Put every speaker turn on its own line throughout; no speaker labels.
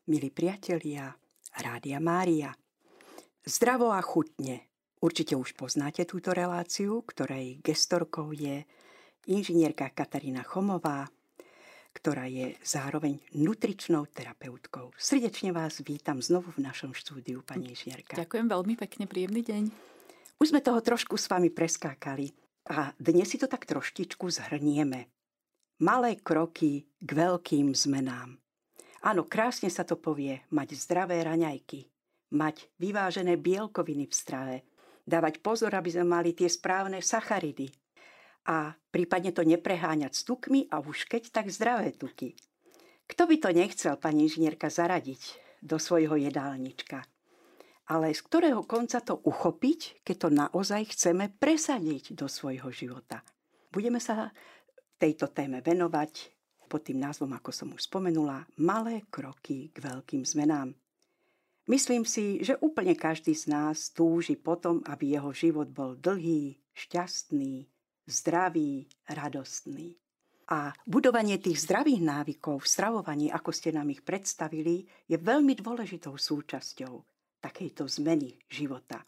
milí priatelia Rádia Mária. Zdravo a chutne. Určite už poznáte túto reláciu, ktorej gestorkou je inžinierka Katarína Chomová, ktorá je zároveň nutričnou terapeutkou. Srdečne vás vítam znovu v našom štúdiu, pani inžinierka.
Ďakujem veľmi pekne, príjemný deň.
Už sme toho trošku s vami preskákali a dnes si to tak troštičku zhrnieme. Malé kroky k veľkým zmenám. Áno, krásne sa to povie, mať zdravé raňajky, mať vyvážené bielkoviny v strave, dávať pozor, aby sme mali tie správne sacharidy a prípadne to nepreháňať s tukmi a už keď tak zdravé tuky. Kto by to nechcel, pani inžinierka, zaradiť do svojho jedálnička? Ale z ktorého konca to uchopiť, keď to naozaj chceme presadiť do svojho života? Budeme sa tejto téme venovať pod tým názvom, ako som už spomenula, malé kroky k veľkým zmenám. Myslím si, že úplne každý z nás túži potom, aby jeho život bol dlhý, šťastný, zdravý, radostný. A budovanie tých zdravých návykov v stravovaní, ako ste nám ich predstavili, je veľmi dôležitou súčasťou takejto zmeny života.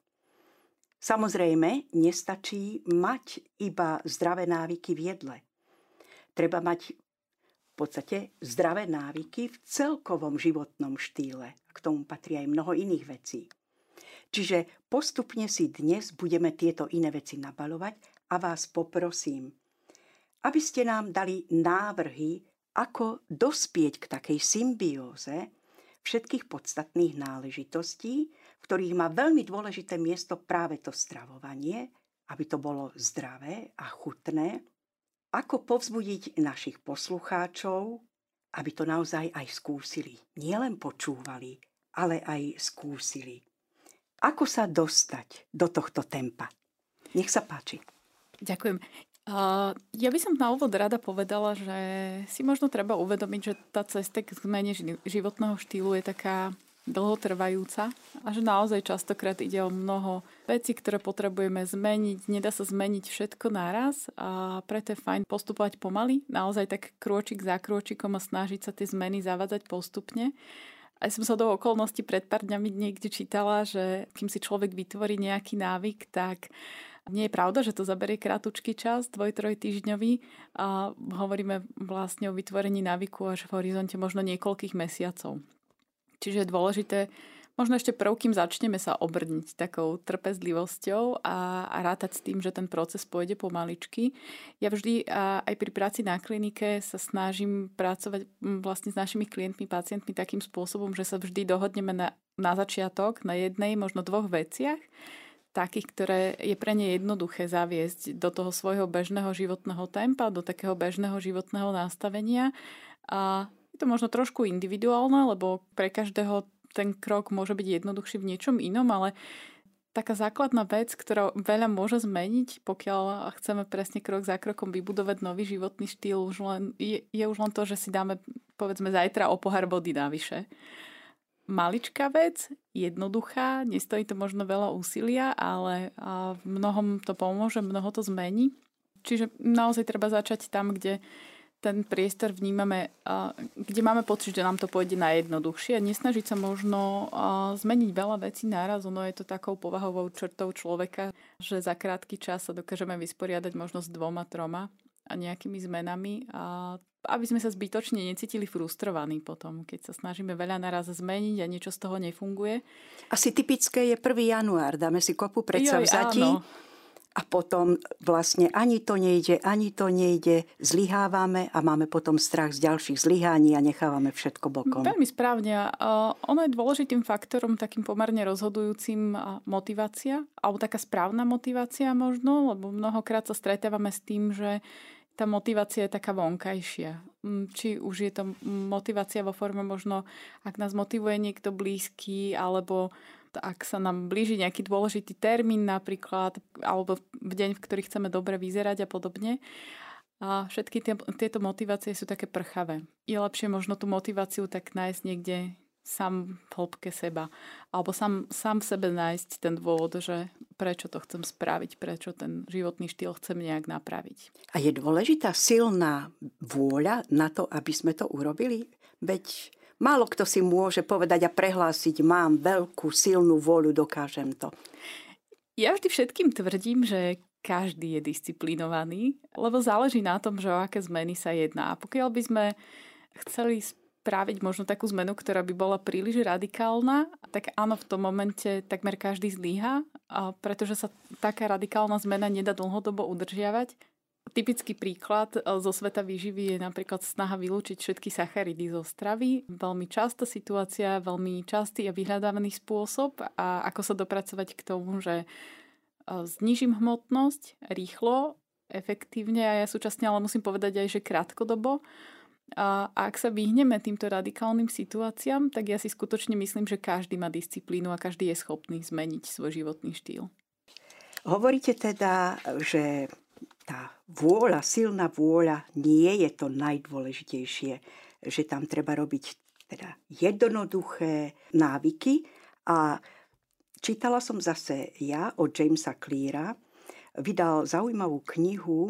Samozrejme, nestačí mať iba zdravé návyky v jedle. Treba mať v podstate zdravé návyky v celkovom životnom štýle. K tomu patrí aj mnoho iných vecí. Čiže postupne si dnes budeme tieto iné veci nabaľovať a vás poprosím, aby ste nám dali návrhy, ako dospieť k takej symbióze všetkých podstatných náležitostí, v ktorých má veľmi dôležité miesto práve to stravovanie, aby to bolo zdravé a chutné. Ako povzbudiť našich poslucháčov, aby to naozaj aj skúsili. Nielen počúvali, ale aj skúsili. Ako sa dostať do tohto tempa? Nech sa páči.
Ďakujem. Ja by som na úvod rada povedala, že si možno treba uvedomiť, že tá cesta k zmene životného štýlu je taká dlhotrvajúca a že naozaj častokrát ide o mnoho vecí, ktoré potrebujeme zmeniť. Nedá sa zmeniť všetko naraz a preto je fajn postupovať pomaly, naozaj tak krôčik za krôčikom a snažiť sa tie zmeny zavádzať postupne. A som sa do okolností pred pár dňami niekde čítala, že kým si človek vytvorí nejaký návyk, tak nie je pravda, že to zaberie krátučký čas, 2-3 týždňový. A hovoríme vlastne o vytvorení návyku až v horizonte možno niekoľkých mesiacov. Čiže je dôležité, možno ešte prv, kým začneme sa obrniť takou trpezlivosťou a rátať s tým, že ten proces pôjde pomaličky. Ja vždy aj pri práci na klinike sa snažím pracovať vlastne s našimi klientmi, pacientmi takým spôsobom, že sa vždy dohodneme na začiatok na jednej, možno 2 veciach, takých, ktoré je pre ne jednoduché zaviesť do toho svojho bežného životného tempa, do takého bežného životného nastavenia. A je to možno trošku individuálne, lebo pre každého ten krok môže byť jednoduchší v niečom inom, ale taká základná vec, ktorá veľa môže zmeniť, pokiaľ chceme presne krok za krokom vybudovať nový životný štýl, je už len to, že si dáme, povedzme, zajtra o pohár vody navyše. Maličká vec, jednoduchá, nestojí to možno veľa úsilia, ale v mnohom to pomôže, mnoho to zmení. Čiže naozaj treba začať tam, kde ten priestor vnímame, kde máme pocit, že nám to pôjde najjednoduchšie a nesnažiť sa možno zmeniť veľa vecí naraz. Ono je to takou povahovou črtou človeka, že za krátky čas sa dokážeme vysporiadať možno s 2-3 a nejakými zmenami, a aby sme sa zbytočne necítili frustrovaní potom, keď sa snažíme veľa naraz zmeniť a niečo z toho nefunguje.
Asi typické je 1. január. Dáme si kopu predsavzatí. A potom vlastne ani to nejde, zlyhávame a máme potom strach z ďalších zlyhání a nechávame všetko bokom.
Veľmi správne. Ono je dôležitým faktorom, takým pomerne rozhodujúcim motivácia, alebo taká správna motivácia možno, lebo mnohokrát sa stretávame s tým, že tá motivácia je taká vonkajšia. Či už je to motivácia vo forme možno, ak nás motivuje niekto blízky, alebo ak sa nám blíži nejaký dôležitý termín napríklad, alebo v deň, v ktorý chceme dobre vyzerať a podobne. A všetky tieto motivácie sú také prchavé. Je lepšie možno tú motiváciu tak nájsť niekde sám v hĺbke seba. Alebo sám v sebe nájsť ten dôvod, že prečo to chcem spraviť, prečo ten životný štýl chcem nejak napraviť.
A je dôležitá silná vôľa na to, aby sme to urobili? Veď Málo kto si môže povedať a prehlásiť, mám veľkú, silnú vôľu, dokážem to.
Ja vždy všetkým tvrdím, že každý je disciplinovaný, lebo záleží na tom, že o aké zmeny sa jedná. A pokiaľ by sme chceli spraviť možno takú zmenu, ktorá by bola príliš radikálna, tak áno, v tom momente takmer každý zlyhá, pretože sa taká radikálna zmena nedá dlhodobo udržiavať. Typický príklad zo sveta výživy je napríklad snaha vylúčiť všetky sacharidy zo stravy. Veľmi častá situácia, veľmi častý a vyhľadávaný spôsob a ako sa dopracovať k tomu, že znížim hmotnosť rýchlo, efektívne a ja súčasne ale musím povedať aj, že krátkodobo. A ak sa vyhneme týmto radikálnym situáciám, tak ja si skutočne myslím, že každý má disciplínu a každý je schopný zmeniť svoj životný štýl.
Hovoríte teda, že tá vôľa, silná vôľa nie je to najdôležitejšie, že tam treba robiť teda jednoduché návyky a čítala som zase ja od Jamesa Cleara, vydal zaujímavú knihu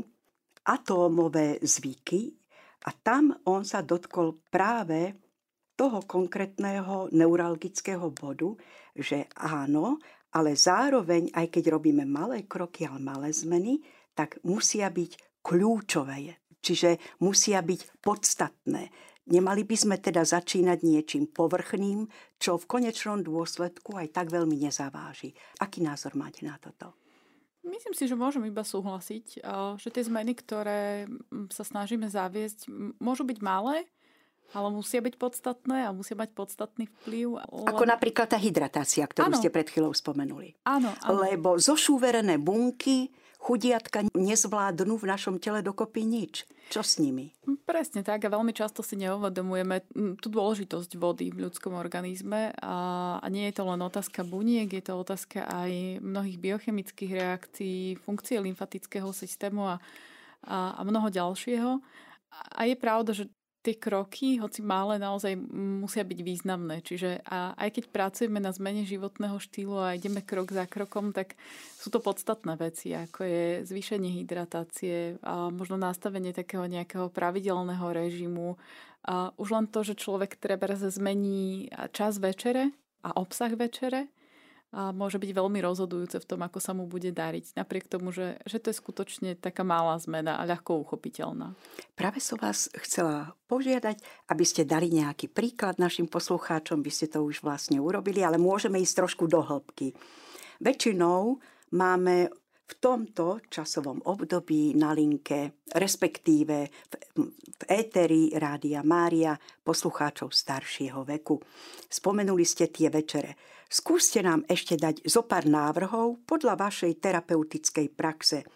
Atómové zvyky a tam on sa dotkol práve toho konkrétneho neuralgického bodu, že áno, ale zároveň, aj keď robíme malé kroky, ale malé zmeny, tak musia byť kľúčové, čiže musia byť podstatné. Nemali by sme teda začínať niečím povrchným, čo v konečnom dôsledku aj tak veľmi nezaváži. Aký názor máte na toto?
Myslím si, že môžem iba súhlasiť, že tie zmeny, ktoré sa snažíme zaviesť, môžu byť malé, ale musia byť podstatné a musia mať podstatný vplyv.
Ako napríklad tá hydratácia, ktorú ste pred chvíľou spomenuli.
Áno.
Lebo zošúverené bunky chudiatka nezvládnu v našom tele dokopy nič. Čo s nimi?
Presne tak a veľmi často si neuvedomujeme tú dôležitosť vody v ľudskom organizme a nie je to len otázka buniek, je to otázka aj mnohých biochemických reakcií, funkcie lymfatického systému a mnoho ďalšieho. A je pravda, že tie kroky, hoci malé, naozaj musia byť významné. Čiže aj keď pracujeme na zmene životného štýlu a ideme krok za krokom, tak sú to podstatné veci, ako je zvýšenie hydratácie a možno nastavenie takého nejakého pravidelného režimu. A už len to, že človek treba zmení čas večere a obsah večere, a môže byť veľmi rozhodujúce v tom, ako sa mu bude dariť. Napriek tomu, že to je skutočne taká malá zmena a ľahko uchopiteľná.
Práve som vás chcela požiadať, aby ste dali nejaký príklad našim poslucháčom. Vy ste to už vlastne urobili, ale môžeme ísť trošku do hĺbky. Väčšinou máme v tomto časovom období na linke, respektíve v éteri Rádia Mária poslucháčov staršieho veku. Spomenuli ste tie večere. Skúste nám ešte dať zo pár návrhov podľa vašej terapeutickej praxe.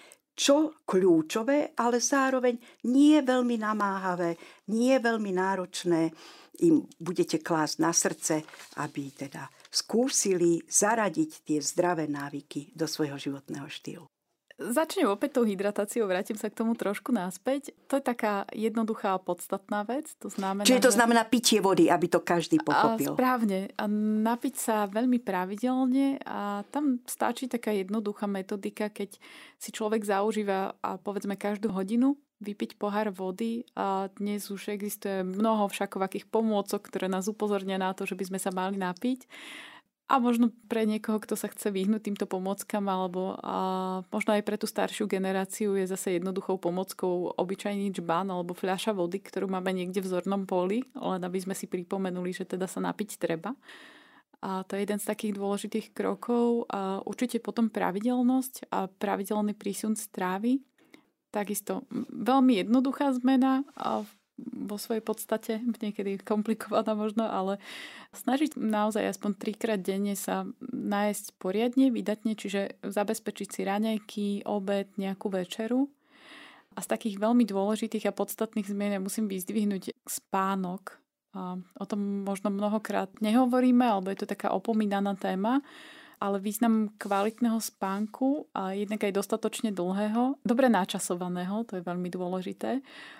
Čo kľúčové, ale zároveň nie veľmi namáhavé, nie veľmi náročné im budete klásť na srdce, aby teda skúsili zaradiť tie zdravé návyky do svojho životného štýlu.
Začnem opäť tou hydratáciou, vrátim sa k tomu trošku naspäť. To je taká jednoduchá a podstatná vec.
Čiže to znamená pitie vody, aby to každý pochopil.
Správne. A napiť sa veľmi pravidelne a tam stačí taká jednoduchá metodika, keď si človek zaužíva a povedzme každú hodinu vypiť pohár vody a dnes už existuje mnoho všakovakých pomôcok, ktoré nás upozornia na to, že by sme sa mali napiť. A možno pre niekoho, kto sa chce vyhnúť týmto pomôckam, alebo možno aj pre tú staršiu generáciu je zase jednoduchou pomôckou obyčajný džbán alebo fľaša vody, ktorú máme niekde v zornom poli, len aby sme si pripomenuli, že teda sa napiť treba. A to je jeden z takých dôležitých krokov. A určite potom pravidelnosť a pravidelný prísun strávy. Takisto veľmi jednoduchá zmena a vo svojej podstate, niekedy komplikovaná možno, ale snažiť naozaj aspoň 3-krát denne sa nájsť poriadne, vydatne, čiže zabezpečiť si raňajky, obed, nejakú večeru. A z takých veľmi dôležitých a podstatných zmien musím vyzdvihnúť spánok. A o tom možno mnohokrát nehovoríme, alebo je to taká opomínaná téma, ale význam kvalitného spánku a jednak aj dostatočne dlhého, dobre načasovaného, to je veľmi dôležité,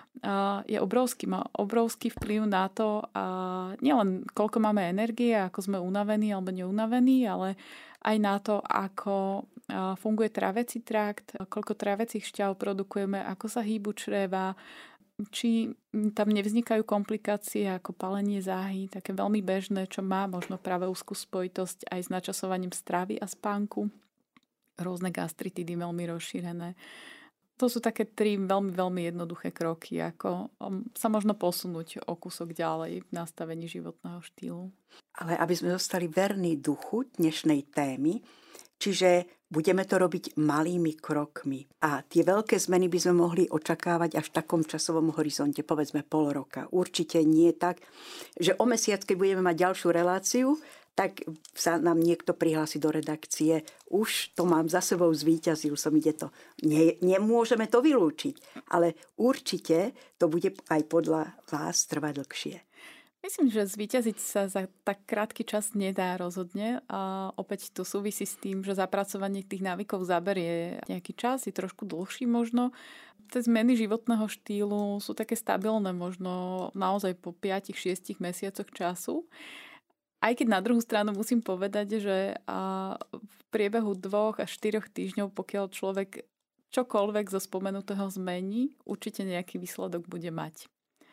je obrovský. Má obrovský vplyv na to, nielen koľko máme energie, ako sme unavení alebo neunavení, ale aj na to, ako funguje tráviaci trakt, koľko tráviacich šťav produkujeme, ako sa hýbu čreva, či tam nevznikajú komplikácie ako palenie záhy, také veľmi bežné, čo má možno práve úzkú spojitosť aj s načasovaním stravy a spánku. Rôzne gastritidy veľmi rozšírené. To sú také 3 veľmi, veľmi jednoduché kroky, ako sa možno posunúť o kúsok ďalej v nastavení životného štýlu.
Ale aby sme zostali verní duchu dnešnej témy, čiže budeme to robiť malými krokmi. A tie veľké zmeny by sme mohli očakávať až v takom časovom horizonte, povedzme pol roka. Určite nie tak, že o mesiac, keď budeme mať ďalšiu reláciu, tak sa nám niekto prihlási do redakcie. Už to mám za sebou, zvíťazil som, ide to. Nemôžeme to vylúčiť, ale určite to bude aj podľa vás trvať dlhšie.
Myslím, že zvíťaziť sa za tak krátky čas nedá rozhodne. A opäť to súvisí s tým, že zapracovanie tých návykov zaberie nejaký čas, je trošku dlhší možno. Tie zmeny životného štýlu sú také stabilné možno naozaj po 5-6 mesiacoch času. Aj keď na druhú stranu musím povedať, že v priebehu 2 až 4 týždňov, pokiaľ človek čokoľvek zo spomenutého zmení, určite nejaký výsledok bude mať.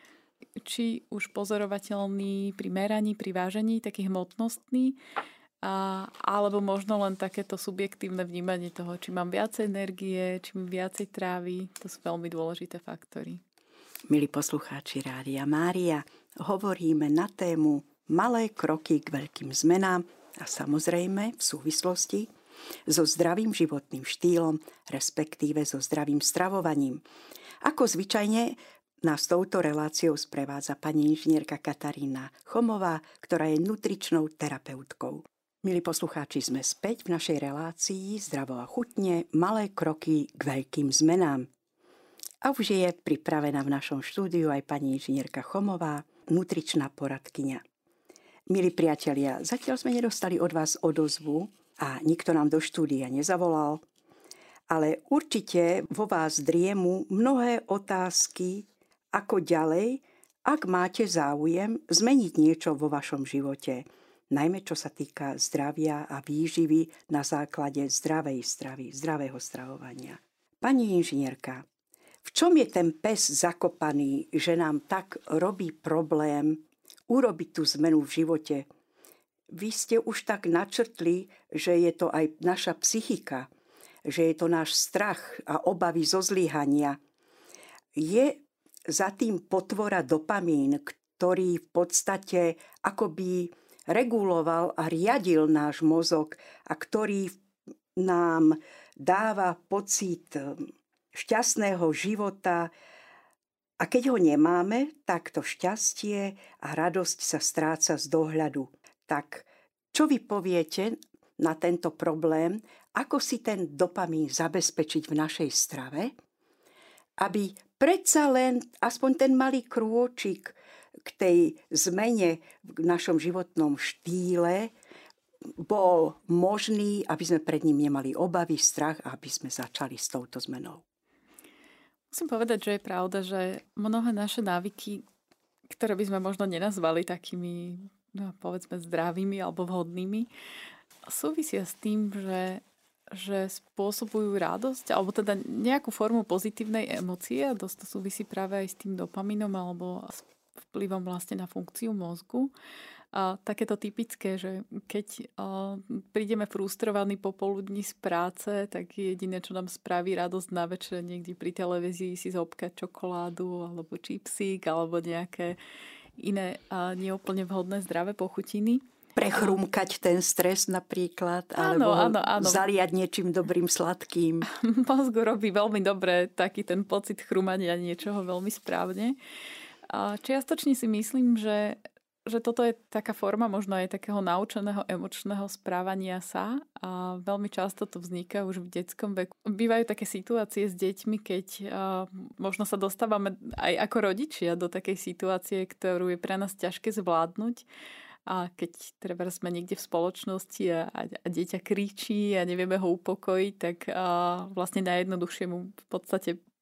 Či už pozorovateľný pri meraní, pri vážení, taký hmotnostný, alebo možno len takéto subjektívne vnímanie toho, či mám viacej energie, či mám viacej trávy. To sú veľmi dôležité faktory.
Milí poslucháči Rádia Mária, hovoríme na tému malé kroky k veľkým zmenám a samozrejme v súvislosti so zdravým životným štýlom, respektíve so zdravým stravovaním. Ako zvyčajne nás touto reláciou sprevádza pani inžinierka Katarína Chomová, ktorá je nutričnou terapeutkou. Milí poslucháči, sme späť v našej relácii Zdravo a chutne, malé kroky k veľkým zmenám. A už je pripravená v našom štúdiu aj pani inžinierka Chomová, nutričná poradkyňa. Milí priatelia, zatiaľ sme nedostali od vás odozvu a nikto nám do štúdia nezavolal, ale určite vo vás driemu mnohé otázky, ako ďalej, ak máte záujem zmeniť niečo vo vašom živote, najmä čo sa týka zdravia a výživy na základe zdravej stravy, zdravého stravovania. Pani inžinierka, v čom je ten pes zakopaný, že nám tak robí problém urobiť tú zmenu v živote? Vy ste už tak načrtli, že je to aj naša psychika, že je to náš strach a obavy zo zlyhania. Je za tým potvora dopamín, ktorý v podstate akoby reguloval a riadil náš mozog a ktorý nám dáva pocit šťastného života. A keď ho nemáme, tak to šťastie a radosť sa stráca z dohľadu. Tak čo vy poviete na tento problém, ako si ten dopamín zabezpečiť v našej strave, aby predsa len aspoň ten malý krôčik k tej zmene v našom životnom štýle bol možný, aby sme pred ním nemali obavy, strach a aby sme začali s touto zmenou.
Musím povedať, že je pravda, že mnohé naše návyky, ktoré by sme možno nenazvali takými, povedzme, zdravými alebo vhodnými, súvisia s tým, že spôsobujú radosť alebo teda nejakú formu pozitívnej emócie a dosť to súvisí práve aj s tým dopamínom alebo s vplyvom vlastne na funkciu mozgu. A takéto typické, že keď prídeme frustrovaní popoludní z práce, tak jediné, čo nám spraví radosť na večer niekde pri televízii si zobkať čokoládu alebo čipsík alebo nejaké iné neúplne vhodné zdravé pochutiny.
Prechrumkať ten stres napríklad, alebo áno. Zaliať niečím dobrým sladkým.
Mozgu robí veľmi dobre taký ten pocit chrumania niečoho veľmi správne. A čiastočne si myslím, že toto je taká forma možno aj takého naučeného emočného správania sa a veľmi často to vzniká už v detskom veku. Bývajú také situácie s deťmi, keď možno sa dostávame aj ako rodičia do takej situácie, ktorú je pre nás ťažké zvládnuť. A keď treba sme niekde v spoločnosti a dieťa kričí a nevieme ho upokojiť, tak vlastne najjednoduchšie mu v podstate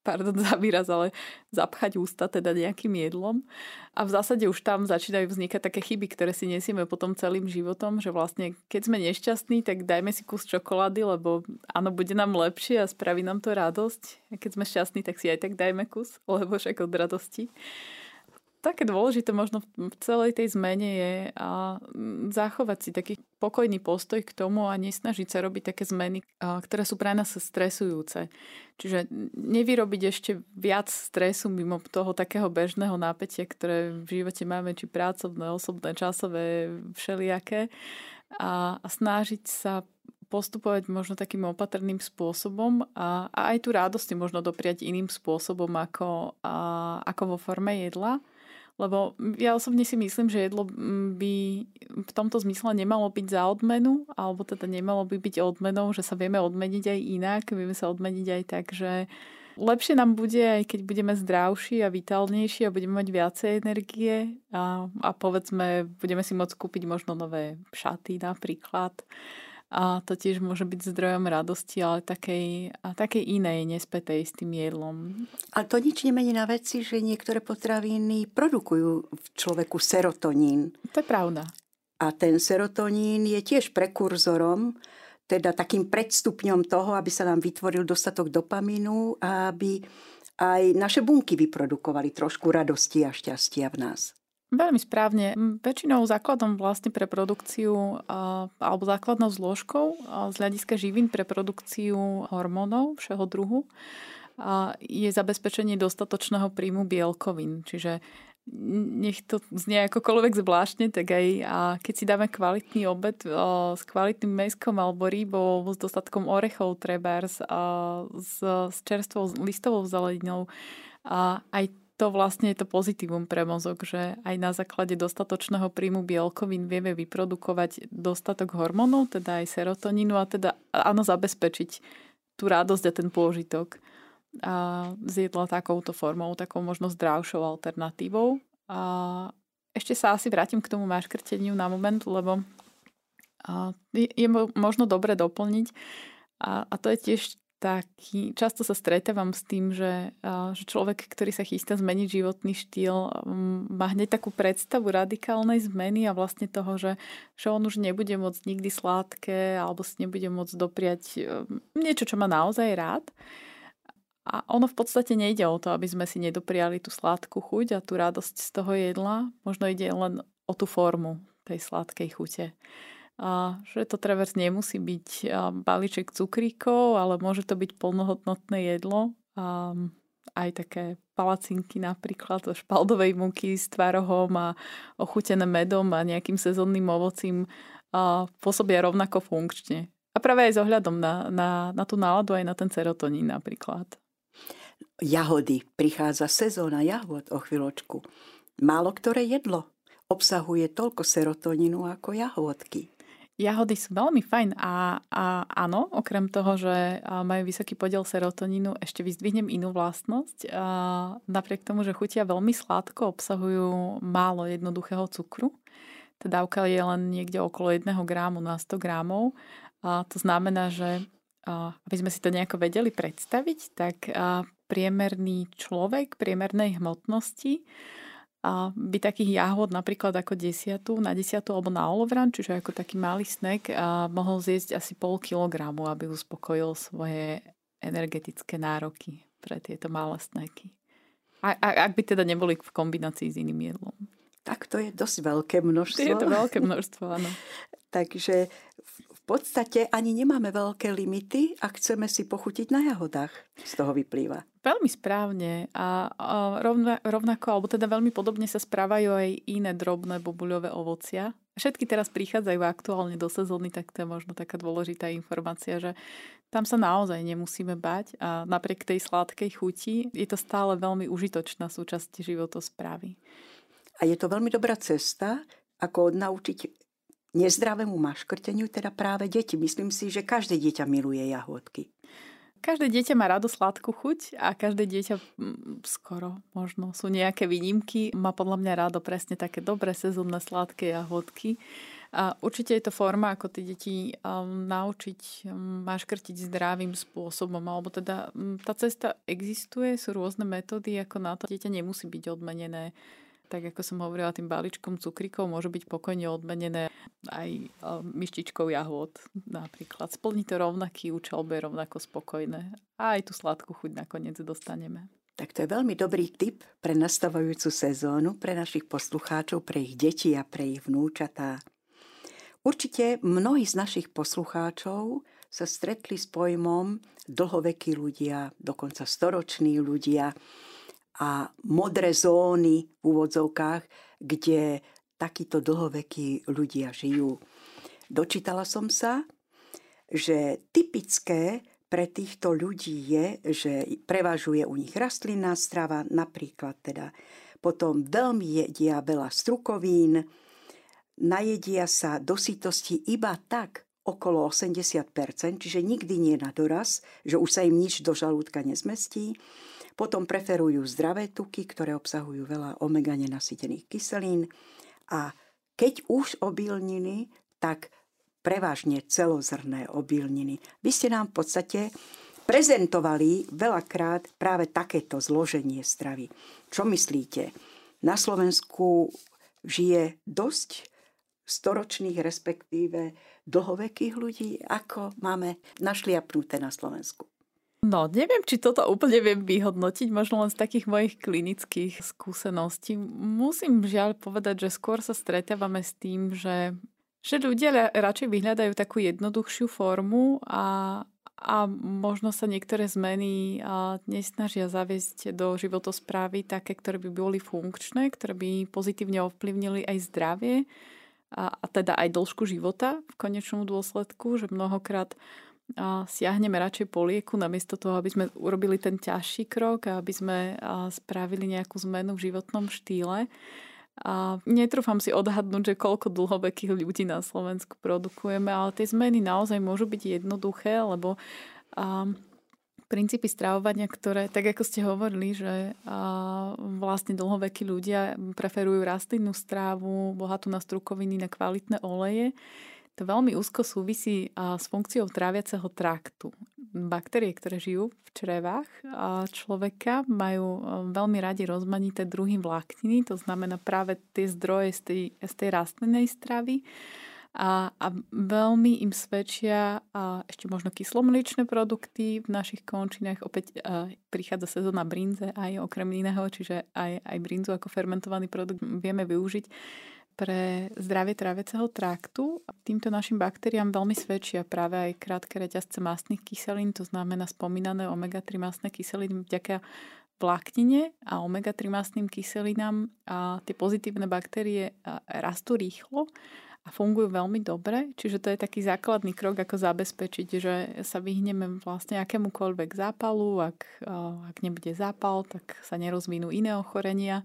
pardon za výraz, ale zapchať ústa teda nejakým jedlom. A v zásade už tam začínajú vznikať také chyby, ktoré si nesieme potom celým životom, že vlastne keď sme nešťastní, tak dajme si kus čokolády, lebo áno, bude nám lepšie a spraví nám to radosť. A keď sme šťastní, tak si aj tak dajme kus, lebo však od radosti. Také dôležité možno v celej tej zmene je zachovať si taký pokojný postoj k tomu a nesnažiť sa robiť také zmeny, ktoré sú pre nás stresujúce. Čiže nevyrobiť ešte viac stresu mimo toho takého bežného napätia, ktoré v živote máme, či pracovné, osobné, časové, všelijaké. A snažiť sa postupovať možno takým opatrným spôsobom a aj tú radosť možno dopriať iným spôsobom ako vo forme jedla. Lebo ja osobne si myslím, že jedlo by v tomto zmysle nemalo byť za odmenu, alebo teda nemalo by byť odmenou, že sa vieme odmeniť aj inak, vieme sa odmeniť aj tak, že lepšie nám bude, aj keď budeme zdravší a vitálnejší a budeme mať viacej energie a povedzme, budeme si môcť kúpiť možno nové šaty napríklad. A to tiež môže byť zdrojom radosti, ale takej inej, nespätej s tým jedlom.
Ale to nič nemení na veci, že niektoré potraviny produkujú v človeku serotonín.
To je pravda.
A ten serotonín je tiež prekurzorom, teda takým predstupňom toho, aby sa nám vytvoril dostatok dopamínu a aby aj naše bunky vyprodukovali trošku radosti a šťastia v nás.
Veľmi správne. Väčšinou základom vlastne pre produkciu alebo základnou zložkou z hľadiska živín pre produkciu hormónov všeho druhu je zabezpečenie dostatočného príjmu bielkovín. Čiže nech to znie akokoľvek zvláštne, tak aj keď si dáme kvalitný obed s kvalitným mäskom alebo rybou, s dostatkom orechov trebárs, s čerstvou listovou zeleninou, aj to vlastne je to pozitívum pre mozog, že aj na základe dostatočného príjmu bielkovín vieme vyprodukovať dostatok hormónov, teda aj serotonínu a teda áno, zabezpečiť tú radosť a ten pôžitok. A zjedla takouto formou, takou možno zdravšou alternatívou. A ešte sa asi vrátim k tomu maškrteniu na moment, lebo je možno dobre doplniť. A to je tiež často sa stretávam s tým, že človek, ktorý sa chystá zmeniť životný štýl, má hneď takú predstavu radikálnej zmeny a vlastne toho, že on už nebude môcť nikdy sladké alebo si nebude môcť dopriať niečo, čo má naozaj rád. A ono v podstate nejde o to, aby sme si nedopriali tú sladkú chuť a tú radosť z toho jedla. Možno ide len o tú formu tej sladkej chute. Že to trebárs nemusí byť balíček cukríkov, ale môže to byť plnohodnotné jedlo. Aj také palacinky napríklad zo špaldovej múky s tvarohom a ochutené medom a nejakým sezónnym ovocím pôsobia rovnako funkčne. A práve aj s ohľadom na tú náladu, aj na ten serotonín napríklad.
Jahody. Prichádza sezóna jahod o chvíľočku. Málo ktoré jedlo obsahuje toľko serotonínu ako jahodky.
Jahody sú veľmi fajn a áno, okrem toho, že majú vysoký podiel serotonínu, ešte vyzdvihnem inú vlastnosť. Napriek tomu, že chutia veľmi sladko, obsahujú málo jednoduchého cukru. Tá dávka je len niekde okolo 1 grámu na 100 gramov. To znamená, že aby sme si to nejako vedeli predstaviť, tak priemerný človek priemernej hmotnosti by takých jahod napríklad ako na 10 alebo na olovran, čiže ako taký malý snack, mohol zjesť asi 0,5 kilogramu, aby uspokojil svoje energetické nároky pre tieto malé snacky. Ak by teda neboli v kombinácii s iným jedlom.
Tak to je dosť veľké množstvo.
Je to veľké množstvo, áno.
Takže v podstate ani nemáme veľké limity a chceme si pochutiť na jahodách. Z toho vyplýva.
Veľmi správne a rovnako, alebo teda veľmi podobne sa správajú aj iné drobné bobuľové ovocia. Všetky teraz prichádzajú aktuálne do sezóny, tak to je možno taká dôležitá informácia, že tam sa naozaj nemusíme bať a napriek tej sladkej chuti je to stále veľmi užitočná súčasť životosprávy.
A je to veľmi dobrá cesta, ako odnaučiť nezdravému maškrteniu, teda práve deti. Myslím si, že každé dieťa miluje jahodky.
Každé dieťa má rado sladkú chuť a každé dieťa skoro možno sú nejaké výnimky. Má podľa mňa rado presne také dobré sezónne sladké jahodky. A určite je to forma, ako tie deti naučiť maškrtiť zdravým spôsobom. Alebo teda tá cesta existuje, sú rôzne metódy, ako na to dieťa nemusí byť odmenené. Tak ako som hovorila, tým balíčkom cukríkov môže byť pokojne odmenené aj myštičkou jahôd napríklad. Splní to rovnaký účel, bude rovnako spokojné. A aj tú sladkú chuť nakoniec dostaneme.
Tak to je veľmi dobrý tip pre nastavujúcu sezónu, pre našich poslucháčov, pre ich deti a pre ich vnúčatá. Určite mnohí z našich poslucháčov sa stretli s pojmom dlhovekí ľudia, dokonca storoční ľudia, a modré zóny v úvodzovkách, kde takíto dlhovekí ľudia žijú. Dočítala som sa, že typické pre týchto ľudí je, že prevažuje u nich rastlinná strava, napríklad teda. Potom veľmi jedia veľa strukovín, najedia sa do sytosti iba tak okolo 80%, čiže nikdy nie na doraz, že už sa im nič do žalúdka nezmestí. Potom preferujú zdravé tuky, ktoré obsahujú veľa omega nenasýtených kyselín. A keď už obilniny, tak prevažne celozrnné obilniny. Vy ste nám v podstate prezentovali veľakrát práve takéto zloženie stravy. Čo myslíte? Na Slovensku žije dosť storočných, respektíve dlhovekých ľudí? Ako máme našliapnuté na Slovensku?
No, neviem, či toto úplne viem vyhodnotiť, možno len z takých mojich klinických skúseností. Musím žiaľ povedať, že skôr sa stretávame s tým, že ľudia radšej vyhľadajú takú jednoduchšiu formu a možno sa niektoré zmeny nesnažia zaviesť do životosprávy také, ktoré by boli funkčné, ktoré by pozitívne ovplyvnili aj zdravie a teda aj dĺžku života v konečnom dôsledku, že mnohokrát siahneme radšej po lieku, namiesto toho, aby sme urobili ten ťažší krok a aby sme spravili nejakú zmenu v životnom štýle. Netrúfam si odhadnúť, že koľko dlhovekých ľudí na Slovensku produkujeme, ale tie zmeny naozaj môžu byť jednoduché, lebo princípy stravovania, ktoré, tak ako ste hovorili, že vlastne dlhovekí ľudia preferujú rastlinnú strávu, bohatú na strukoviny, na kvalitné oleje, to veľmi úzko súvisí s funkciou tráviaceho traktu. Baktérie, ktoré žijú v črevách človeka, majú veľmi radi rozmanité druhy vlákniny, to znamená práve tie zdroje z tej rastlinnej stravy. A veľmi im svedčia ešte možno kyslomliečné produkty v našich končinách. Opäť prichádza sezóna brinze aj okrem iného, čiže aj brinzu ako fermentovaný produkt vieme využiť pre zdravie tráviaceho traktu. Týmto našim baktériám veľmi svedčia práve aj krátke reťazce mastných kyselín, to znamená spomínané omega-3 mastné kyseliny vďaka vláknine a omega-3 mastným kyselinám. A tie pozitívne baktérie rastú rýchlo a fungujú veľmi dobre, čiže to je taký základný krok, ako zabezpečiť, že sa vyhneme vlastne akémukoľvek zápalu. Ak nebude zápal, tak sa nerozvinú iné ochorenia.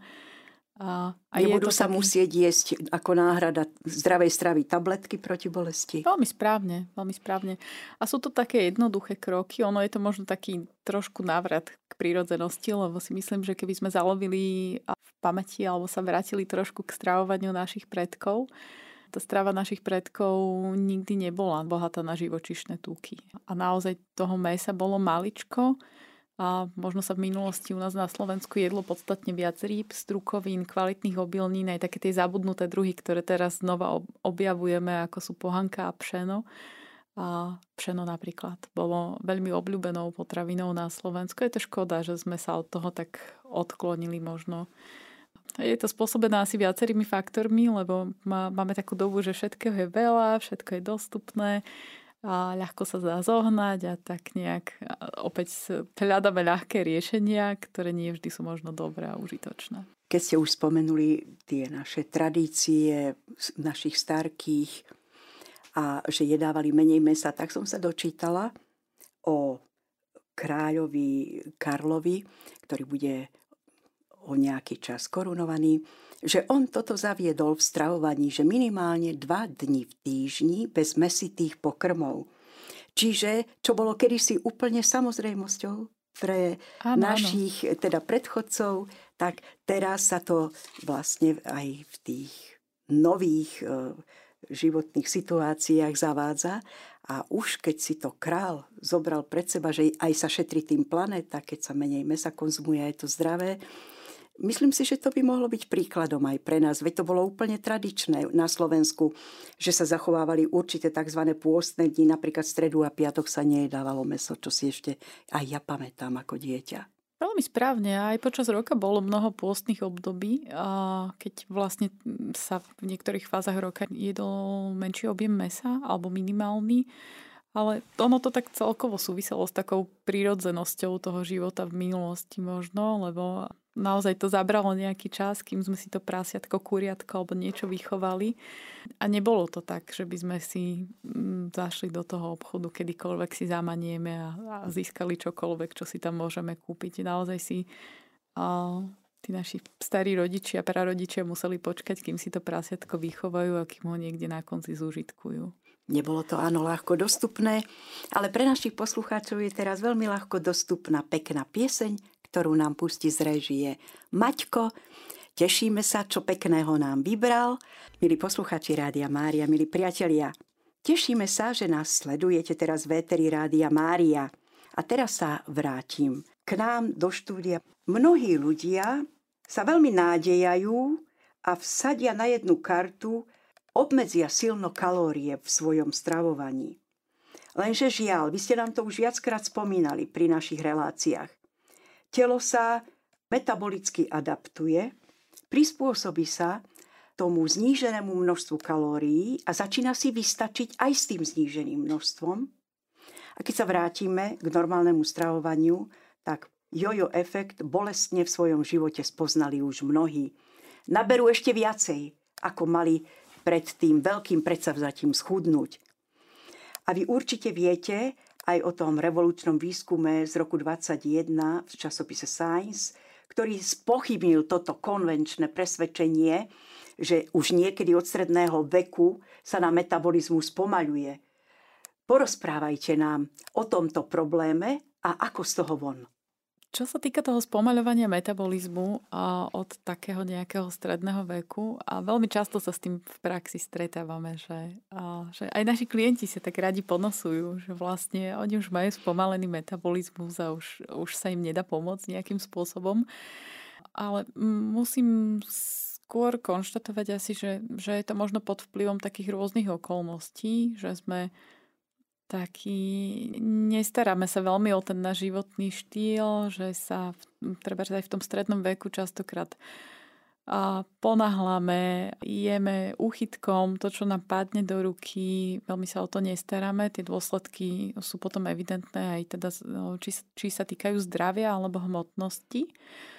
Nebudú sa musieť jesť ako náhrada zdravej stravy tabletky proti bolesti.
Veľmi správne, veľmi správne. A sú to také jednoduché kroky. Ono je to možno taký trošku návrat k prírodzenosti, lebo si myslím, že keby sme zalovili v pamäti alebo sa vrátili trošku k stravovaniu našich predkov, tá strava našich predkov nikdy nebola bohatá na živočíšne tuky. A naozaj toho mäsa bolo maličko. A možno sa v minulosti u nás na Slovensku jedlo podstatne viac rýb, strukovín, kvalitných obilnín, aj také tie zabudnuté druhy, ktoré teraz znova objavujeme, ako sú pohanka a pšeno. A pšeno napríklad bolo veľmi obľúbenou potravinou na Slovensku. Je to škoda, že sme sa od toho tak odklonili možno. Je to spôsobené asi viacerými faktormi, lebo máme takú dobu, že všetkého je veľa, všetko je dostupné, a ľahko sa dá zohnať a tak nejak opäť hľadáme ľahké riešenia, ktoré nie vždy sú možno dobré a užitočné.
Keď ste už spomenuli tie naše tradície našich starkých a že jedávali menej mäsa, tak som sa dočítala o kráľovi Karlovi, ktorý bude o nejaký čas korunovaný, že on toto zaviedol v stravovaní, že minimálne 2 dni v týždni bez mäsitých pokrmov. Čiže, čo bolo kedysi úplne samozrejmosťou pre našich teda predchodcov, tak teraz sa to vlastne aj v tých nových životných situáciách zavádza. A už keď si to král zobral pred seba, že aj sa šetrí tým planéta, keď sa menej mäsa konzumuje, je to zdravé, myslím si, že to by mohlo byť príkladom aj pre nás. Veď to bolo úplne tradičné na Slovensku, že sa zachovávali určité tzv. Pôstne dni, napríklad stredu a piatok sa nejedávalo mäso, čo si ešte aj ja pamätám ako dieťa.
Veľmi správne. Aj počas roka bolo mnoho pôstnych období, keď vlastne sa v niektorých fázach roka jedol menší objem mäsa alebo minimálny. Ale ono to tak celkovo súviselo s takou prírodzenosťou toho života v minulosti možno, lebo naozaj to zabralo nejaký čas, kým sme si to prasiatko, kuriatko alebo niečo vychovali. A nebolo to tak, že by sme si zašli do toho obchodu, kedykoľvek si zamanieme a získali čokoľvek, čo si tam môžeme kúpiť. Naozaj si tí naši starí rodičia, prarodičia museli počkať, kým si to prasiatko vychovajú a kým ho niekde na konci zúžitkujú.
Nebolo to áno ľahko dostupné, ale pre našich poslucháčov je teraz veľmi ľahko dostupná pekná pieseň, ktorú nám pustí z réžie Maťko. Tešíme sa, čo pekného nám vybral. Milí poslucháči Rádia Mária, milí priatelia, tešíme sa, že nás sledujete teraz v éteri Rádia Mária. A teraz sa vrátim k nám do štúdia. Mnohí ľudia sa veľmi nádejajú a vsadia na jednu kartu, obmedzia silno kalórie v svojom stravovaní. Lenže žiaľ, vy ste nám to už viackrát spomínali pri našich reláciách. Telo sa metabolicky adaptuje, prispôsobí sa tomu zníženému množstvu kalórií a začína si vystačiť aj s tým zníženým množstvom. A keď sa vrátime k normálnemu stravovaniu, tak jojo efekt bolestne v svojom živote spoznali už mnohí. Naberú ešte viacej, ako mali pred tým veľkým predsavzatím schudnúť. A vy určite viete aj o tom revolučnom výskume z roku 2021 v časopise Science, ktorý spochybnil toto konvenčné presvedčenie, že už niekedy od stredného veku sa nám metabolizmus spomaľuje. Porozprávajte nám o tomto probléme a ako z toho von.
Čo sa týka toho spomaľovania metabolizmu od takého nejakého stredného veku, a veľmi často sa s tým v praxi stretávame, že aj naši klienti sa tak radi ponosujú, že vlastne oni už majú spomalený metabolizmus a už sa im nedá pomôcť nejakým spôsobom. Ale musím skôr konštatovať asi, že je to možno pod vplyvom takých rôznych okolností, že sme nestaráme sa veľmi o ten náš životný štýl, že sa treba aj v tom strednom veku častokrát ponáhľame, jeme úchytkom to, čo nám padne do ruky, veľmi sa o to nestaráme, tie dôsledky sú potom evidentné aj teda, či sa týkajú zdravia alebo hmotnosti.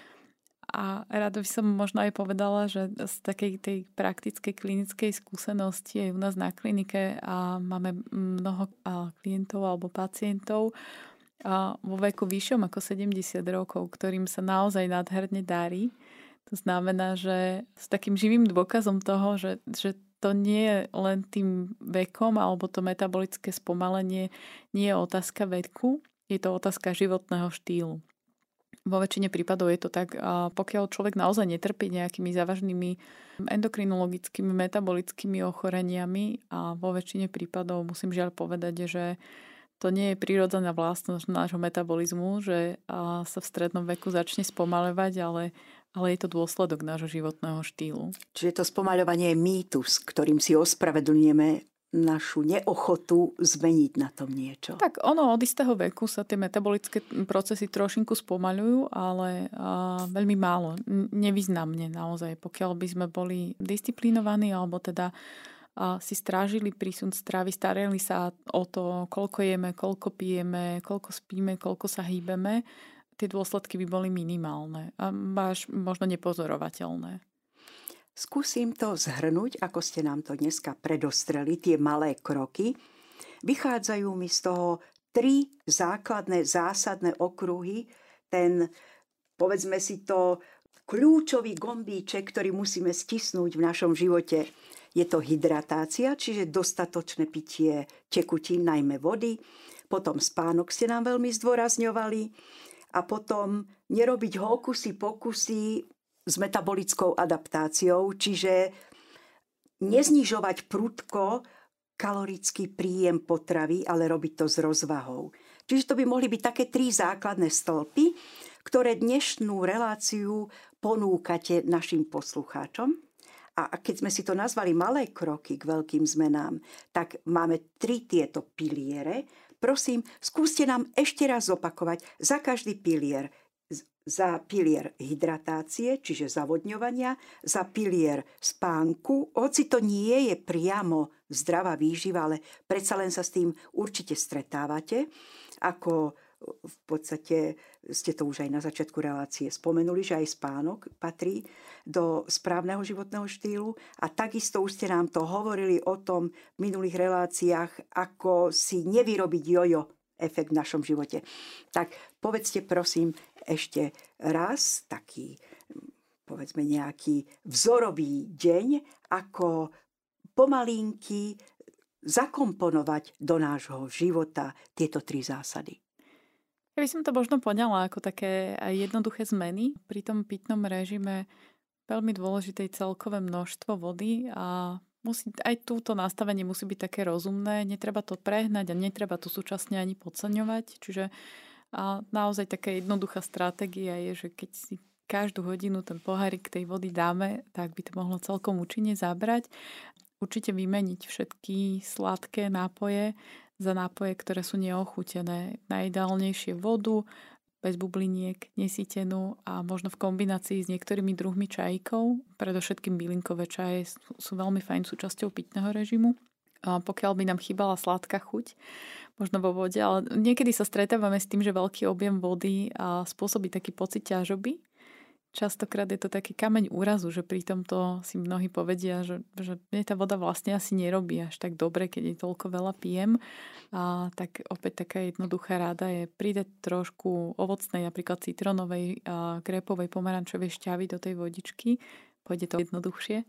A rada by som možno aj povedala, že z takej tej praktickej klinickej skúsenosti aj u nás na klinike máme mnoho klientov alebo pacientov vo veku vyššom ako 70 rokov, ktorým sa naozaj nádherne darí. To znamená, že s takým živým dôkazom toho, že to nie je len tým vekom alebo to metabolické spomalenie nie je otázka veku, je to otázka životného štýlu. Vo väčšine prípadov je to tak, pokiaľ človek naozaj netrpí nejakými závažnými endokrinologickými, metabolickými ochoreniami, a vo väčšine prípadov musím žiaľ povedať, že to nie je prírodzená vlastnosť nášho metabolizmu, že sa v strednom veku začne spomaľovať, ale je to dôsledok nášho životného štýlu.
Čiže to spomaľovanie je mýtus, ktorým si ospravedlňujeme našu neochotu zmeniť na tom niečo.
Tak ono od istého veku sa tie metabolické procesy trošinku spomaľujú, ale veľmi málo, nevýznamne naozaj. Pokiaľ by sme boli disciplinovaní alebo teda si strážili prísun stravy, starali sa o to, koľko jeme, koľko pijeme, koľko spíme, koľko sa hýbeme, tie dôsledky by boli minimálne a až možno nepozorovateľné.
Skúsim to zhrnúť, ako ste nám to dneska predostreli, tie malé kroky. Vychádzajú mi z toho 3 základné, zásadné okruhy. Ten, povedzme si to, kľúčový gombíček, ktorý musíme stisnúť v našom živote. Je to hydratácia, čiže dostatočné pitie tekutín, najmä vody. Potom spánok ste nám veľmi zdôrazňovali. A potom nerobiť hokusy, pokusy s metabolickou adaptáciou, čiže neznižovať prudko kalorický príjem potravy, ale robiť to s rozvahou. Čiže to by mohli byť také 3 základné stĺpy, ktoré dnešnú reláciu ponúkate našim poslucháčom. A keď sme si to nazvali malé kroky k veľkým zmenám, tak máme 3 tieto piliere. Prosím, skúste nám ešte raz zopakovať za každý pilier. Za pilier hydratácie, čiže zavodňovania, za pilier spánku, hoci to nie je priamo zdravá výživa, ale predsa len sa s tým určite stretávate, ako v podstate ste to už aj na začiatku relácie spomenuli, že aj spánok patrí do správneho životného štýlu a takisto už ste nám to hovorili o tom v minulých reláciách, ako si nevyrobiť jojo efekt v našom živote. Tak povedzte prosím ešte raz taký, povedzme nejaký vzorový deň, ako pomalinky zakomponovať do nášho života tieto 3 zásady.
Ja by som to možno poňala ako také aj jednoduché zmeny. Pri tom pitnom režime veľmi dôležité celkové množstvo vody a aj túto nastavenie musí byť také rozumné. Netreba to prehnať a netreba to súčasne ani podceňovať. Čiže naozaj taká jednoduchá stratégia je, že keď si každú hodinu ten pohárik tej vody dáme, tak by to mohlo celkom účinne zabrať. Určite vymeniť všetky sladké nápoje za nápoje, ktoré sú neochutené. Najideálnejšie vodu, bez bubliniek, nesýtenú a možno v kombinácii s niektorými druhmi čajíkov. Predovšetkým bylinkové čaje sú veľmi fajn súčasťou pitného režimu. A pokiaľ by nám chýbala sladká chuť, možno vo vode, ale niekedy sa stretávame s tým, že veľký objem vody spôsobí taký pocit ťažoby. Častokrát je to taký kameň úrazu, že pri tomto si mnohí povedia, že mne tá voda vlastne asi nerobí až tak dobre, keď je toľko veľa pijem. Tak opäť taká jednoduchá rada je pridať trošku ovocnej, napríklad citronovej, grépovej, pomarančovej šťavy do tej vodičky. Pôjde to jednoduchšie.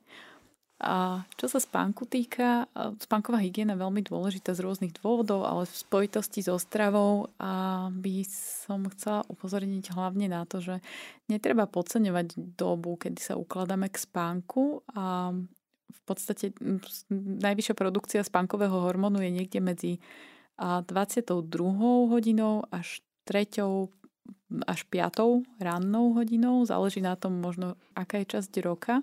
A čo sa spánku týka, spánková hygiena je veľmi dôležitá z rôznych dôvodov, ale v spojitosti so stravou by som chcela upozorniť hlavne na to, že netreba podceňovať dobu, kedy sa ukladáme k spánku a v podstate najvyššia produkcia spánkového hormónu je niekde medzi 22. hodinou až 3. až 5. rannou hodinou. Záleží na tom možno, aká je časť roka.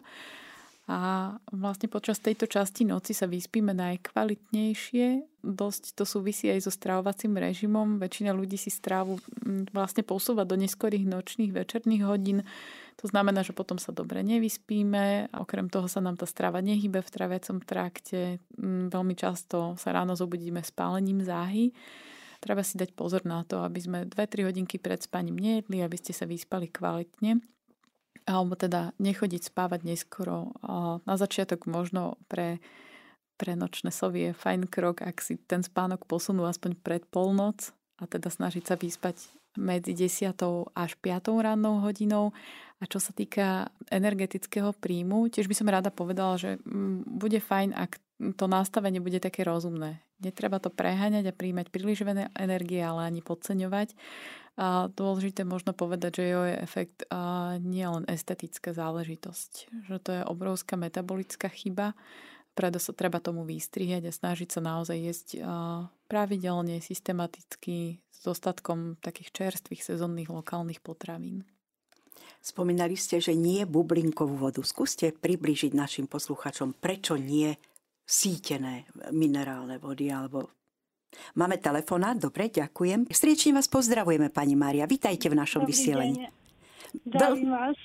A vlastne počas tejto časti noci sa vyspíme najkvalitnejšie. Dosť to súvisí aj so stravovacím režimom. Väčšina ľudí si strávu vlastne posúva do neskorých nočných večerných hodín. To znamená, že potom sa dobre nevyspíme. A okrem toho sa nám tá strava nehybe v traviacom trakte. Veľmi často sa ráno zobudíme spálením záhy. Treba si dať pozor na to, aby sme 2-3 hodinky pred spaním nejedli, aby ste sa vyspali kvalitne. Alebo teda nechodiť spávať neskoro. Na začiatok možno pre nočné sovy je fajn krok, ak si ten spánok posunú aspoň pred polnoc a teda snažiť sa vyspať medzi 10. až 5. rannou hodinou. A čo sa týka energetického príjmu, tiež by som rada povedala, že bude fajn, ak to nastavenie bude také rozumné. Netreba to preháňať a príjmať príliš veľa energie, ale ani podceňovať. A dôležité možno povedať, že jojo efekt nie je len estetická záležitosť. Že to je obrovská metabolická chyba. Preto sa treba tomu vystrihať a snažiť sa naozaj jesť pravidelne, systematicky s dostatkom takých čerstvých sezónnych lokálnych potravín.
Spomínali ste, že nie bublinkovú vodu. Skúste priblížiť našim posluchačom, prečo nie sítené minerálne vody alebo... Máme telefonát, dobre, ďakujem. Srdečne vás pozdravujeme, pani Mária. Vitajte v našom vysielaní.
Zdravím vás.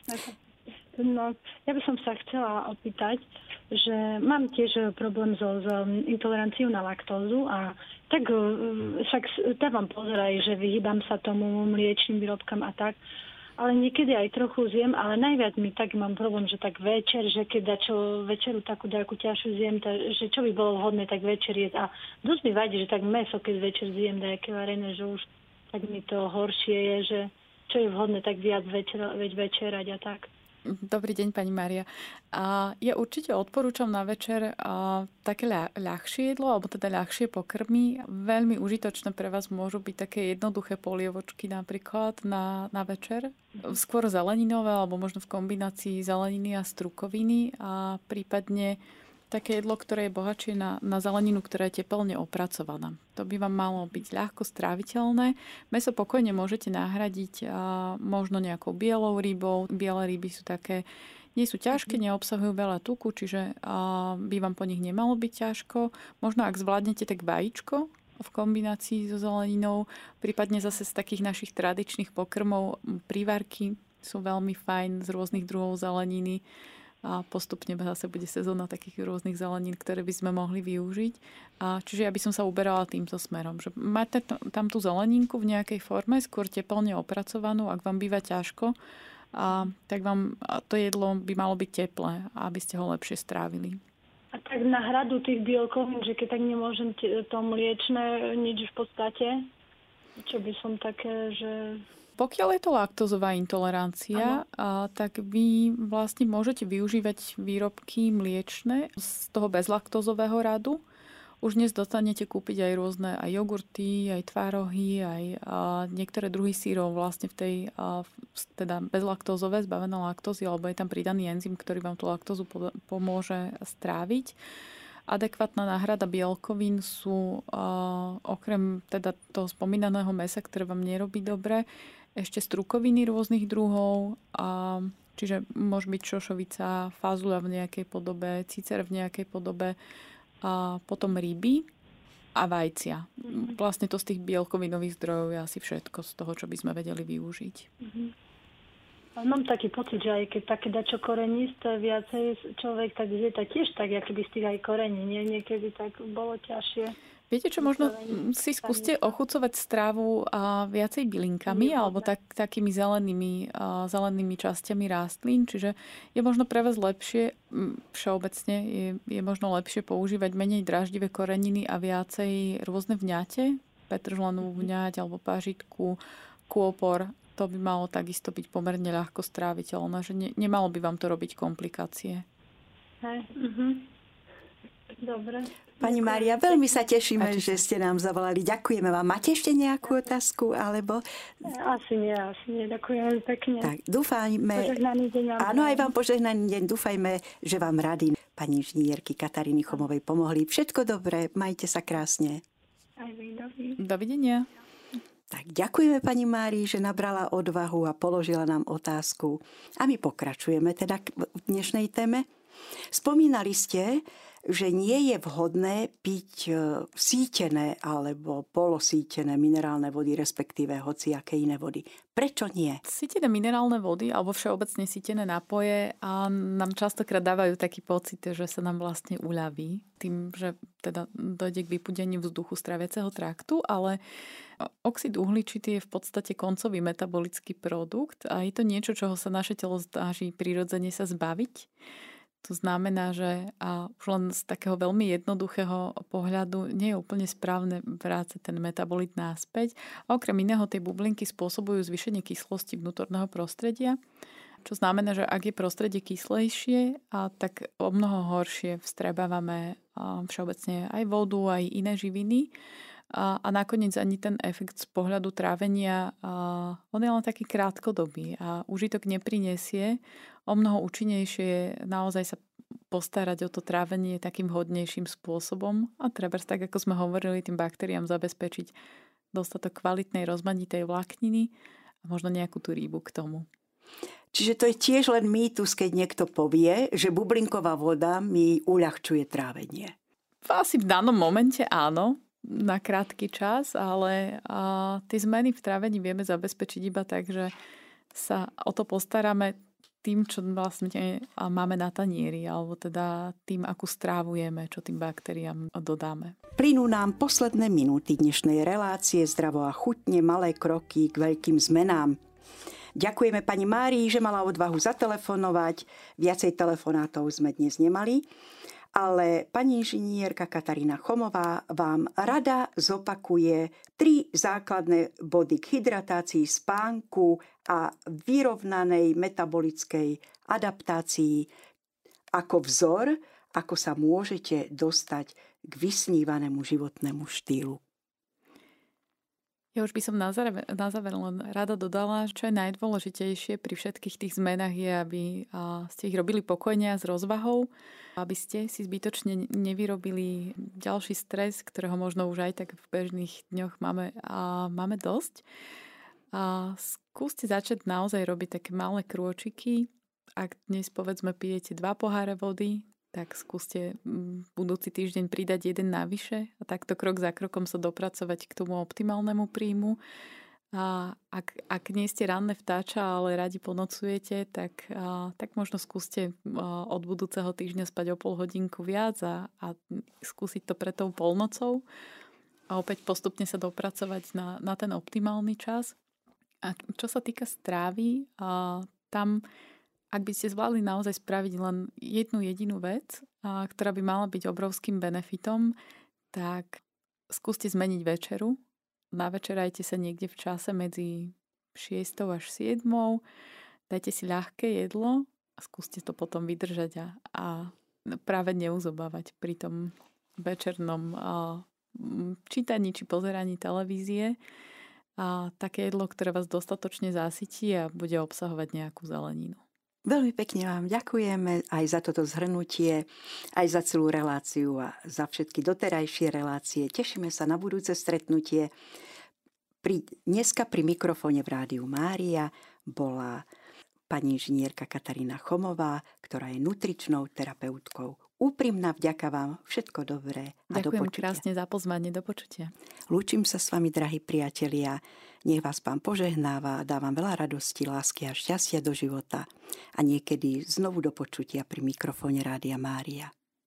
No, ja by som sa chcela opýtať, že mám tiež problém s intoleranciou na laktózu a tak však dávam pozor aj, že vyhýbam sa tomu mliečným výrobkám a tak, ale niekedy aj trochu zjem, ale najviac mi tak mám problém, že tak večer, že keď dačo večeru takú nejakú ťažšiu zjem, že čo by bolo vhodné tak večer jesť. A dosť mi vadí, že tak mäso, keď večer zjem nejaké varené, že už tak mi to horšie je, že čo je vhodné tak viac večerať a tak.
Dobrý deň, pani Mária. Ja určite odporúčam na večer také ľahšie jedlo, alebo teda ľahšie pokrmy. Veľmi užitočné pre vás môžu byť také jednoduché polievočky napríklad na večer. Skôr zeleninové, alebo možno v kombinácii zeleniny a strukoviny. A prípadne také jedlo, ktoré je bohatšie na zeleninu, ktorá je teplne opracovaná. To by vám malo byť ľahko stráviteľné. Mäso pokojne môžete nahradiť možno nejakou bielou rybou. Biele ryby sú také, nie sú ťažké, neobsahujú veľa tuku, čiže by vám po nich nemalo byť ťažko. Možno ak zvládnete, tak vajíčko v kombinácii so zeleninou, prípadne zase z takých našich tradičných pokrmov prívarky sú veľmi fajn z rôznych druhov zeleniny. A postupne zase bude sezóna takých rôznych zelenín, ktoré by sme mohli využiť. Čiže ja by som sa uberala týmto smerom, že máte tam tú zeleninku v nejakej forme, skôr teplne opracovanú, ak vám býva ťažko, tak vám to jedlo by malo byť teplé, aby ste ho lepšie strávili.
A tak na hradu tých bielkovín, že keď tak nemôžem to mliečne nič v podstate, čo by som také, že...
Pokiaľ je to laktózová intolerancia, tak vy vlastne môžete využívať výrobky mliečne z toho bezlaktózového radu. Už dnes dostanete kúpiť aj rôzne aj jogurty, aj tvárohy, aj niektoré druhy sírov vlastne v tej teda bezlaktózové, zbavené laktózy, alebo je tam pridaný enzym, ktorý vám tú laktózu pomôže stráviť. Adekvátna náhrada bielkovín sú okrem teda toho spomínaného mäsa, ktoré vám nerobí dobre, ešte strukoviny rôznych druhov, čiže môže byť šošovica, fazuľa v nejakej podobe, cicer v nejakej podobe, a potom ryby a vajcia. Vlastne to z tých bielkovinových zdrojov je asi všetko z toho, čo by sme vedeli využiť.
Mám taký pocit, že aj keď také dačo korenisté viacej človek tak je tak tiež tak, ako by z tých aj korení. Niekedy tak bolo ťažšie.
Viete čo, možno si skúste ochucovať strávu viacej bylinkami alebo takými zelenými časťami rastlín. Čiže je možno pre vás lepšie, všeobecne je možno lepšie používať menej dráždivé koreniny a viacej rôzne vňate, petržlenovú vňať alebo pažitku, kôpor. To by malo takisto byť pomerne ľahko stráviteľné, že nemalo by vám to robiť komplikácie.
Dobre.
Pani Mária, veľmi sa tešíme, že ste nám zavolali. Ďakujeme vám. Máte ešte nejakú otázku? Alebo...
Asi nie. Ďakujem pekne.
Tak, dúfajme...
Požehnaný deň.
Áno, aj vám požehnaný deň. Dúfajme, že vám rady pani inžinierky Kataríny Chomovej pomohli. Všetko dobré, majte sa krásne.
Aj vy,
dovidenia.
Tak ďakujeme pani Márii, že nabrala odvahu a položila nám otázku. A my pokračujeme teda v dnešnej téme. Spomínali ste, že nie je vhodné piť sítené alebo polosítené minerálne vody, respektíve hociaké iné vody. Prečo nie?
Sítené minerálne vody alebo všeobecne sítené nápoje nám častokrát dávajú taký pocit, že sa nám vlastne uľaví tým, že teda dojde k vypudeniu vzduchu z tráviaceho traktu, ale oxid uhličitý je v podstate koncový metabolický produkt a je to niečo, čoho sa naše telo snaží prirodzene sa zbaviť. To znamená, že už len z takého veľmi jednoduchého pohľadu nie je úplne správne vrácať ten metabolit naspäť. A okrem iného tie bublinky spôsobujú zvýšenie kyslosti vnútorného prostredia, čo znamená, že ak je prostredie kyslejšie, tak o mnoho horšie vstrebávame všeobecne aj vodu, aj iné živiny. A nakoniec ani ten efekt z pohľadu trávenia, on je len taký krátkodobý a užitok neprinesie. O mnoho účinnejšie je naozaj sa postarať o to trávenie takým vhodnejším spôsobom a trebárs, tak ako sme hovorili, tým baktériám zabezpečiť dostatok kvalitnej rozmanitej vlákniny a možno nejakú tú rýbu k tomu.
Čiže to je tiež len mýtus, keď niekto povie, že bublinková voda mi uľahčuje trávenie.
Asi v danom momente áno, na krátky čas, ale tie zmeny v trávení vieme zabezpečiť iba tak, že sa o to postaráme tým, čo vlastne máme na tanieri, alebo teda tým, akú strávujeme, čo tým baktériám dodáme.
Plynú nám posledné minúty dnešnej relácie Zdravo a chutne, malé kroky k veľkým zmenám. Ďakujeme pani Márii, že mala odvahu zatelefonovať. Viacej telefonátov sme dnes nemali. Ale pani inžinierka Katarína Chomová vám rada zopakuje 3 základné body k hydratácii, spánku a vyrovnanej metabolickej adaptácii ako vzor, ako sa môžete dostať k vysnívanému životnému štýlu.
Ja už by som na záver len rada dodala, čo je najdôležitejšie pri všetkých tých zmenách je, aby ste ich robili pokojne a s rozvahou, aby ste si zbytočne nevyrobili ďalší stres, ktorého možno už aj tak v bežných dňoch máme dosť. Skúste začať naozaj robiť také malé krôčiky. Ak dnes povedzme pijete 2 poháre vody, tak skúste budúci týždeň pridať 1 navyše a takto krok za krokom sa dopracovať k tomu optimálnemu príjmu. A ak nie ste ranné vtáča, ale radi ponocujete, tak možno skúste od budúceho týždňa spať o pol hodinku viac a skúsiť to pred tou polnocou a opäť postupne sa dopracovať na ten optimálny čas. A čo sa týka strávy, tam ak by ste zvládli naozaj spraviť len jednu jedinú vec, ktorá by mala byť obrovským benefitom, tak skúste zmeniť večeru. Navečerajte sa niekde v čase medzi 6 až 7. Dajte si ľahké jedlo a skúste to potom vydržať a práve neuzobávať pri tom večernom čítaní či pozeraní televízie. A také jedlo, ktoré vás dostatočne zasytí a bude obsahovať nejakú zeleninu.
Veľmi pekne vám ďakujeme aj za toto zhrnutie, aj za celú reláciu a za všetky doterajšie relácie. Tešíme sa na budúce stretnutie. Dneska pri mikrofóne v Rádiu Mária bola pani inžinierka Katarína Chomová, ktorá je nutričnou terapeutkou. Úprimná vďaka vám, všetko dobré a do počutia.
Ďakujem krásne za pozvanie, do počutia.
Lúčim sa s vami, drahí priatelia. Nech vás Pán požehnáva, dávam veľa radosti, lásky a šťastia do života. A niekedy znovu do počutia pri mikrofóne Rádia Mária.